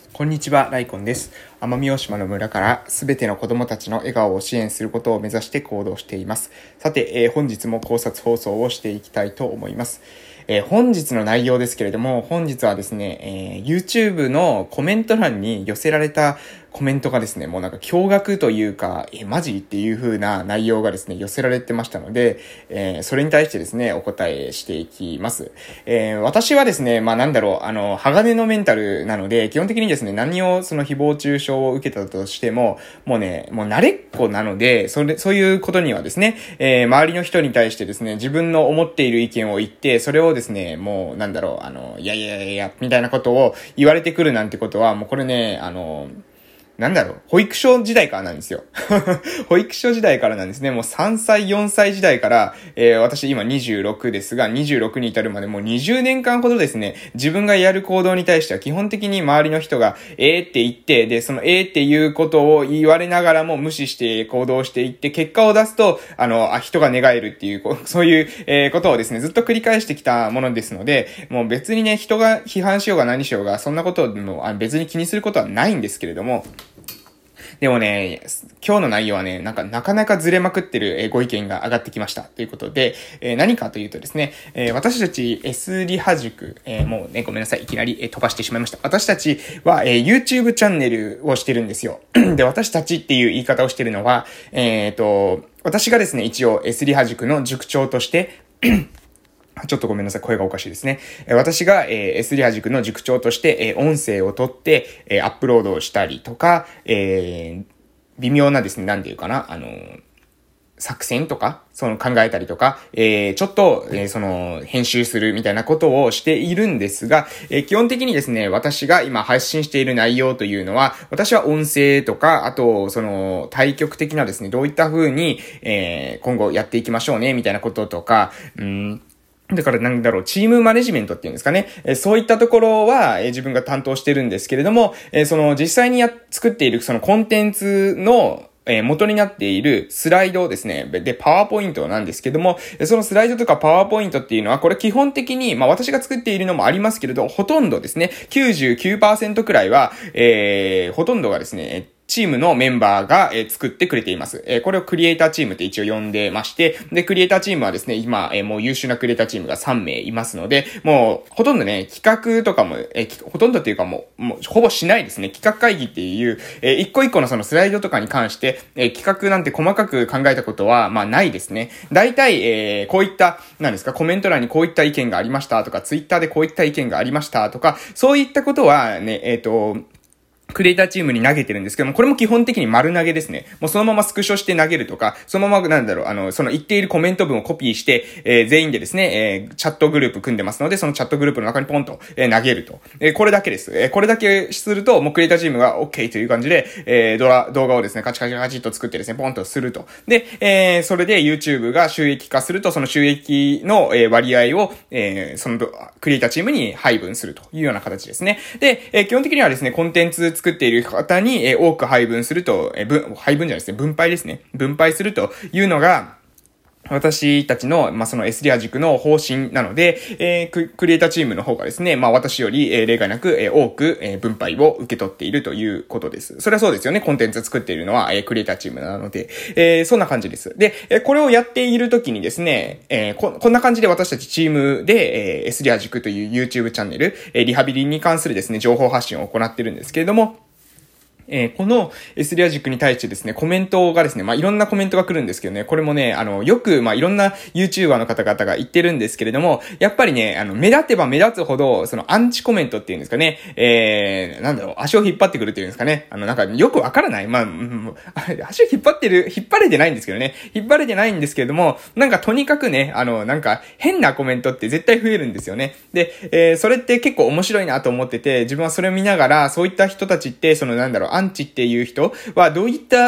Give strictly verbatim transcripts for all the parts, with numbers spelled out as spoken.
こんにちは、ライコンです。奄美大島の村からすべての子供たちの笑顔を支援することを目指して行動しています。さて、えー、本日も考察放送をしていきたいと思います。えー、本日の内容ですけれども、本日はですね、えー、YouTube のコメント欄に寄せられたコメントがですね、もうなんか驚愕というか、え、マジっていう風な内容がですね、寄せられてましたので、えー、それに対してですね、お答えしていきます。えー、私はですね、まあなんだろう、あの、鋼のメンタルなので、基本的にですね、何をその誹謗中傷を受けたとしても、もうね、もう慣れっこなので、それ、そういうことにはですね、えー、周りの人に対してですね、自分の思っている意見を言って、それをですね、もうなんだろう、あの、いやいやいやいや、みたいなことを言われてくるなんてことは、もうこれね、あの、なんだろう、保育所時代からなんですよ。保育所時代からなんですね。もうさんさい、よんさい時代から、えー、私今にじゅうろくですが、にじゅうろくに至るまでもうにじゅうねんかんほどですね、自分がやる行動に対しては基本的に周りの人が、えーって言って、で、そのえーっていうことを言われながらも無視して行動していって、結果を出すと、あの、あ、人が寝返るっていう、そういう、えー、ことをですね、ずっと繰り返してきたものですので、もう別にね、人が批判しようが何しようが、そんなことをもう別に気にすることはないんですけれども、でもね、今日の内容はね、なんかなかなかずれまくってるご意見が上がってきました。ということで、えー、何かというとですね、えー、私たち S リハ塾、えー、もうね、ごめんなさい、いきなり、えー、飛ばしてしまいました。私たちは、えー、YouTube チャンネルをしてるんですよ。で、私たちっていう言い方をしてるのは、えっと、私がですね、一応 S リハ塾の塾長として、ちょっとごめんなさい。声がおかしいですね。私が、えー、S リハ塾の塾長として、えー、音声を取って、えー、アップロードをしたりとか、えー、微妙なですね、なんていうかな、あのー、作戦とか、その考えたりとか、えー、ちょっと、えー、その、編集するみたいなことをしているんですが、えー、基本的にですね、私が今配信している内容というのは、私は音声とか、あと、その、対極的なですね、どういった風に、えー、今後やっていきましょうね、みたいなこととか、うーん、だからなんだろう、チームマネジメントっていうんですかね。えー、そういったところは、えー、自分が担当してるんですけれども、えー、その実際にや、作っているそのコンテンツの、えー、元になっているスライドですね。で、パワーポイントなんですけども、そのスライドとかパワーポイントっていうのは、これ基本的に、まあ私が作っているのもありますけれど、ほとんどですね、きゅうじゅうきゅうパーセント くらいは、えー、ほとんどがですね、チームのメンバーが、えー、作ってくれています。えー、これをクリエイターチームって一応呼んでまして、で、クリエイターチームはですね、今、えー、もう優秀なクリエイターチームがさんめいいますので、もう、ほとんどね、企画とかも、えー、ほとんどっていうかもう、もう、ほぼしないですね。企画会議っていう、えー、一個一個のそのスライドとかに関して、えー、企画なんて細かく考えたことは、まあ、ないですね。大体、えー、こういった、何ですか、コメント欄にこういった意見がありましたとか、ツイッターでこういった意見がありましたとか、そういったことはね、えっと、クリエイターチームに投げてるんですけども、これも基本的に丸投げですね。もうそのままスクショして投げるとか、そのままなんだろう、あの、その言っているコメント文をコピーして、えー、全員でですね、えー、チャットグループ組んでますので、そのチャットグループの中にポンと、えー、投げると。えー、これだけです。えー、これだけすると、もうクリエイターチームが OK という感じで、えー、動画、動画をですね、カチカチカチっと作ってですね、ポンとすると。で、えー、それで YouTube が収益化すると、その収益の、えー、割合を、えー、その、クリエイターチームに配分するというような形ですね。で、えー、基本的にはですね、コンテンツ作っている方に、えー、多く配分すると、えー、分、配分じゃないですね、分配ですね。分配するというのが、私たちの、まあ、その S リハ塾の方針なので、えー、ク、クリエイターチームの方がですね、まあ、私より、えー、例外なく、えー、多く、えー、分配を受け取っているということです。それはそうですよね。コンテンツ作っているのは、えー、クリエイターチームなので、えー、そんな感じです。で、えー、これをやっているときにですね、えー、こ、こんな感じで私たちチームで、えー、S リハ塾という YouTube チャンネル、えー、リハビリに関するですね、情報発信を行っているんですけれども、えー、この S リア塾に対してですね、コメントがですね、まあ、いろんなコメントが来るんですけどね、これもね、あの、よく、まあ、いろんな YouTuber の方々が言ってるんですけれども、やっぱりね、あの、目立てば目立つほど、そのアンチコメントっていうんですかね、えー、なんだろう、足を引っ張ってくるっていうんですかね、あの、なんか、よくわからない、まあ、うん、足を引っ張ってる、引っ張れてないんですけどね、引っ張れてないんですけれども、なんか、とにかくね、あの、なんか、変なコメントって絶対増えるんですよね。で、えー、それって結構面白いなと思ってて、自分はそれを見ながら、そういった人たちって、その、なんだろう、アンチっていう人はどういった、えー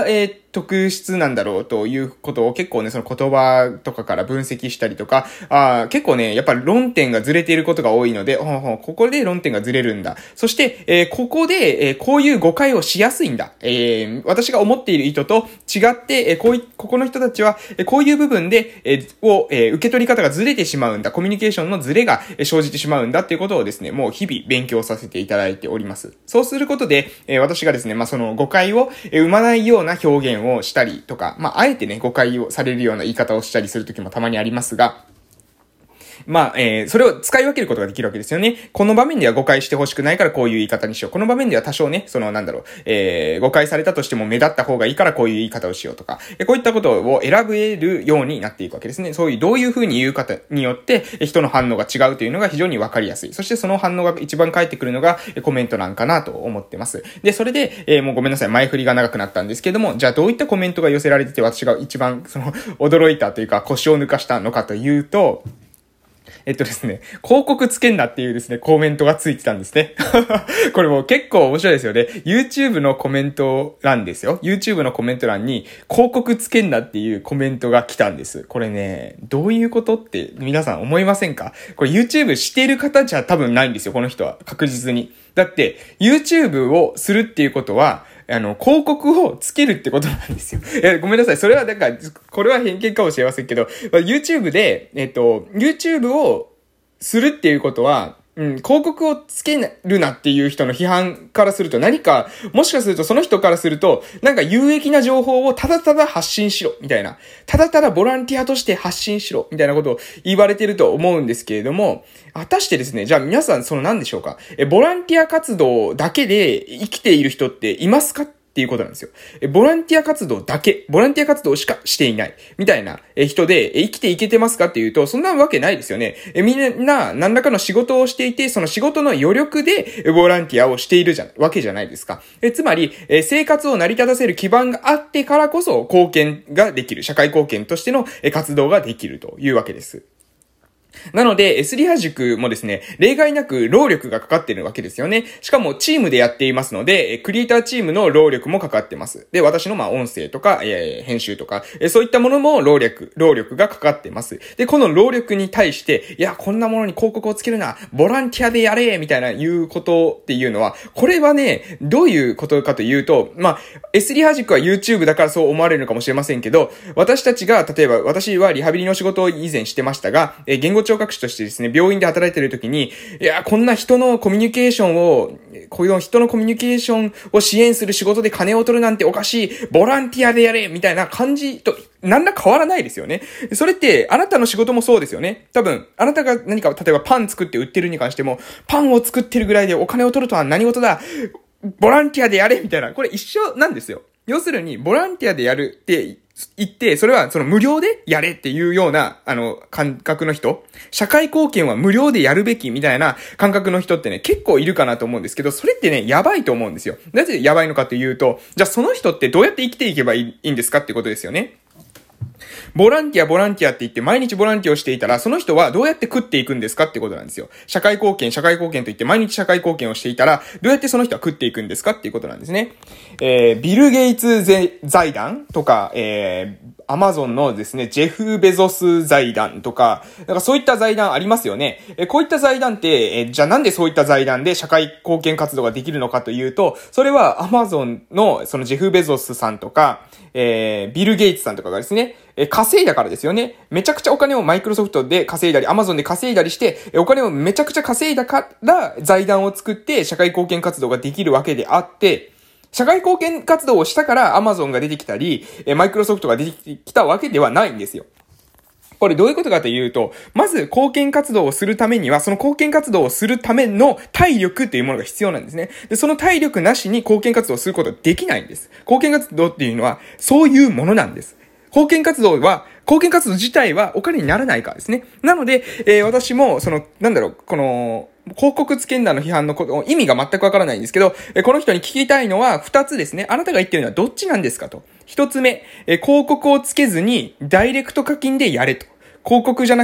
特質なんだろうということを結構ね、その言葉とかから分析したりとか、あ結構ね、やっぱり論点がずれていることが多いので、ほんほんここで論点がずれるんだ。そして、えー、ここで、えー、こういう誤解をしやすいんだ。えー、私が思っている意図と違って、えー、こうい、ここの人たちは、えー、こういう部分で、えー、を、えー、受け取り方がずれてしまうんだ。コミュニケーションのずれが生じてしまうんだっていうことをですね、もう日々勉強させていただいております。そうすることで、えー、私がですね、まあ、その誤解を生まないような表現をしたりとか、まあ、あえてね、誤解をされるような言い方をしたりするときもたまにありますが、まあ、えー、それを使い分けることができるわけですよね。この場面では誤解してほしくないからこういう言い方にしよう。この場面では多少ね、そのなんだろう、えー、誤解されたとしても目立った方がいいからこういう言い方をしようとか、えー、こういったことを選べるようになっていくわけですね。そういう、どういう風に言う方によって、人の反応が違うというのが非常にわかりやすい。そしてその反応が一番返ってくるのがコメント欄かなと思ってます。で、それで、えー、もうごめんなさい、前振りが長くなったんですけども、じゃあどういったコメントが寄せられてて私が一番その驚いたというか腰を抜かしたのかというと、えっとですね、広告つけんなっていうですね、コメントがついてたんですね。これも結構面白いですよね。YouTube のコメント欄ですよ。YouTube のコメント欄に、広告つけんなっていうコメントが来たんです。これね、どういうことって皆さん思いませんか？これ YouTube している方じゃ多分ないんですよ、この人は。確実に。だって、YouTube をするっていうことは、あの、広告をつけるってことなんですよ。いや、ごめんなさい。それは、だから、これは偏見かもしれませんけど、YouTube で、えっと、YouTube をするっていうことは、うん、広告をつけるなっていう人の批判からすると何か、もしかするとその人からすると、なんか有益な情報をただただ発信しろ、みたいな。ただただボランティアとして発信しろ、みたいなことを言われてると思うんですけれども、果たしてですね、じゃあ皆さんその何でしょうか。え、ボランティア活動だけで生きている人っていますかっていうことなんですよ。え、ボランティア活動だけ、ボランティア活動しかしていない、みたいな人で、え、生きていけてますかっていうと、そんなわけないですよね。え、みんな、何らかの仕事をしていて、その仕事の余力で、ボランティアをしているじゃ、わけじゃないですか。え、つまり、え、生活を成り立たせる基盤があってからこそ、貢献ができる、社会貢献としての活動ができるというわけです。なので、エスリハ塾もですね、例外なく労力がかかっているわけですよね。しかもチームでやっていますので、クリエイターチームの労力もかかってます。で、私のまあ音声とか、えー、編集とか、えー、そういったものも労力、労力がかかってます。で、この労力に対して、いや、こんなものに広告をつけるな、ボランティアでやれみたいな言うことっていうのは、これはね、どういうことかというと、まあ、エスリハ塾は YouTube だからそう思われるのかもしれませんけど、私たちが、例えば私はリハビリの仕事を以前してましたが、えー、言語聴覚士としてですね、病院で働いている時に、いや、こんな人のコミュニケーションを、こういう人のコミュニケーションを支援する仕事で金を取るなんておかしい、ボランティアでやれみたいな感じと、何ら変わらないですよね。それって、あなたの仕事もそうですよね。多分、あなたが何か、例えばパン作って売ってるに関しても、パンを作ってるぐらいでお金を取るとは何事だ、ボランティアでやれみたいな、これ一緒なんですよ。要するに、ボランティアでやるって言って、それはその無料でやれっていうような、あの、感覚の人、社会貢献は無料でやるべきみたいな感覚の人ってね、結構いるかなと思うんですけど、それってね、やばいと思うんですよ。なぜやばいのかというと、じゃあその人ってどうやって生きていけばいい、いいんですかってことですよね。ボランティア、ボランティアって言って毎日ボランティアをしていたら、その人はどうやって食っていくんですかってことなんですよ。社会貢献、社会貢献と言って毎日社会貢献をしていたら、どうやってその人は食っていくんですかっていうことなんですね。えー、ビル・ゲイツ財団とか、えー、アマゾンのですね、ジェフ・ベゾス財団とか、なんかそういった財団ありますよね。えー、こういった財団って、えー、じゃあなんでそういった財団で社会貢献活動ができるのかというと、それはアマゾンのそのジェフ・ベゾスさんとか、えー、ビル・ゲイツさんとかがですね、えー、稼いだからですよね。めちゃくちゃお金をマイクロソフトで稼いだり、アマゾンで稼いだりして、えー、お金をめちゃくちゃ稼いだから財団を作って社会貢献活動ができるわけであって、社会貢献活動をしたからアマゾンが出てきたり、えー、マイクロソフトが出てきたわけではないんですよ。これどういうことかというと、まず貢献活動をするためには、その貢献活動をするための体力っていうものが必要なんですね。で、その体力なしに貢献活動をすることはできないんです。貢献活動っていうのは、そういうものなんです。貢献活動は、貢献活動自体はお金にならないからですね。なので、えー、私も、その、なんだろう、この、広告つけんなの批判のこと、意味が全くわからないんですけど、えこの人に聞きたいのは二つですね。あなたが言ってるのはどっちなんですかと。一つ目、え広告をつけずにダイレクト課金でやれと。広告じゃなくて、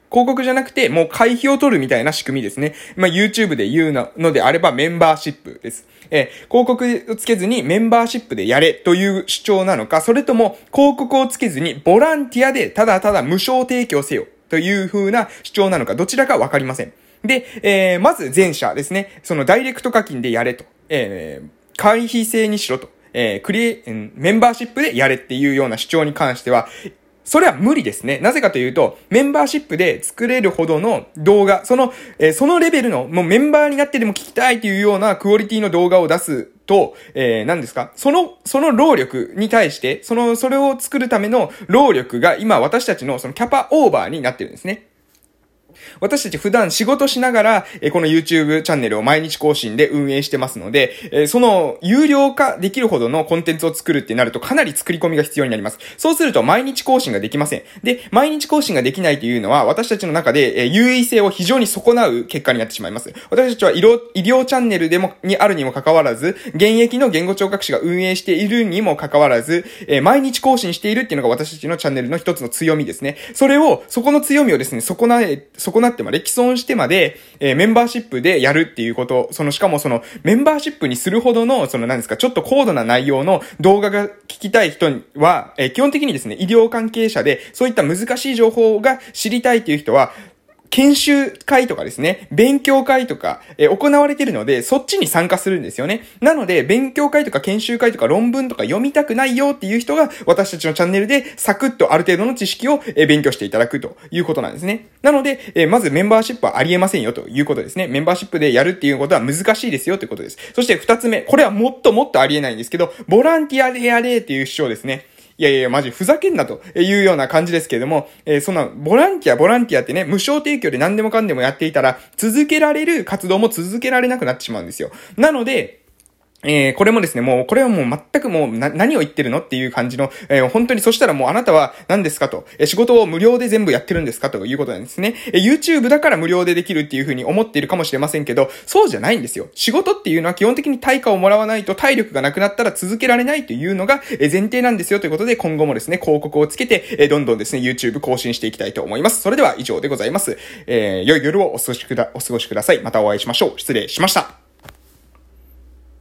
広告じゃなくて、もう会費を取るみたいな仕組みですね。まあ、YouTube で言うのであればメンバーシップです。えー、広告をつけずにメンバーシップでやれという主張なのか、それとも広告をつけずにボランティアでただただ無償提供せよという風な主張なのか、どちらかわかりません。で、えー、まず前者ですね。そのダイレクト課金でやれと。えー、会費制にしろと。えー、クリエ、メンバーシップでやれっていうような主張に関しては、それは無理ですね。なぜかというと、メンバーシップで作れるほどの動画、その、えー、そのレベルの、もうメンバーになってでも聞きたいというようなクオリティの動画を出すと、えー、何ですかその、その労力に対して、その、それを作るための労力が今私たちのそのキャパオーバーになってるんですね。私たち普段仕事しながら、えこの YouTube チャンネルを毎日更新で運営してますので、えその有料化できるほどのコンテンツを作るってなるとかなり作り込みが必要になります。そうすると毎日更新ができません。で、毎日更新ができないというのは私たちの中で、え優位性を非常に損なう結果になってしまいます。私たちは医療、医療チャンネルでも、にあるにもかかわらず、現役の言語聴覚士が運営しているにもかかわらず、え毎日更新しているっていうのが私たちのチャンネルの一つの強みですね。それを、そこの強みをですね、損なえ、損なってまで、既存してまで、えー、メンバーシップでやるっていうこと、そのしかもそのメンバーシップにするほどの、その何ですか、ちょっと高度な内容の動画が聞きたい人は、えー、基本的にですね、医療関係者で、そういった難しい情報が知りたいっていう人は、研修会とかですね、勉強会とか、えー、行われているので、そっちに参加するんですよね。なので、勉強会とか研修会とか論文とか読みたくないよっていう人が、私たちのチャンネルでサクッとある程度の知識を、えー、勉強していただくということなんですね。なので、えー、まずメンバーシップはありえませんよということですね。メンバーシップでやるっていうことは難しいですよということです。そして二つ目、これはもっともっとありえないんですけど、ボランティアでやれっていう主張ですね。いやいや、マジふざけんなというような感じですけれども、えー、そんな、ボランティア、ボランティアってね、無償提供で何でもかんでもやっていたら、続けられる活動も続けられなくなってしまうんですよ。なので、えー、これもですね、もう、これはもう全くもう、な、何を言ってるのっていう感じの、えー、本当に、そしたらもうあなたは何ですかと、えー、仕事を無料で全部やってるんですかということなんですね。えー、YouTube だから無料でできるっていう風に思っているかもしれませんけど、そうじゃないんですよ。仕事っていうのは基本的に対価をもらわないと体力がなくなったら続けられないというのが、えー、前提なんですよということで、今後もですね、広告をつけて、えー、どんどんですね、YouTube 更新していきたいと思います。それでは以上でございます。えー、良い夜をお過ごしくだ、お過ごしください。またお会いしましょう。失礼しました。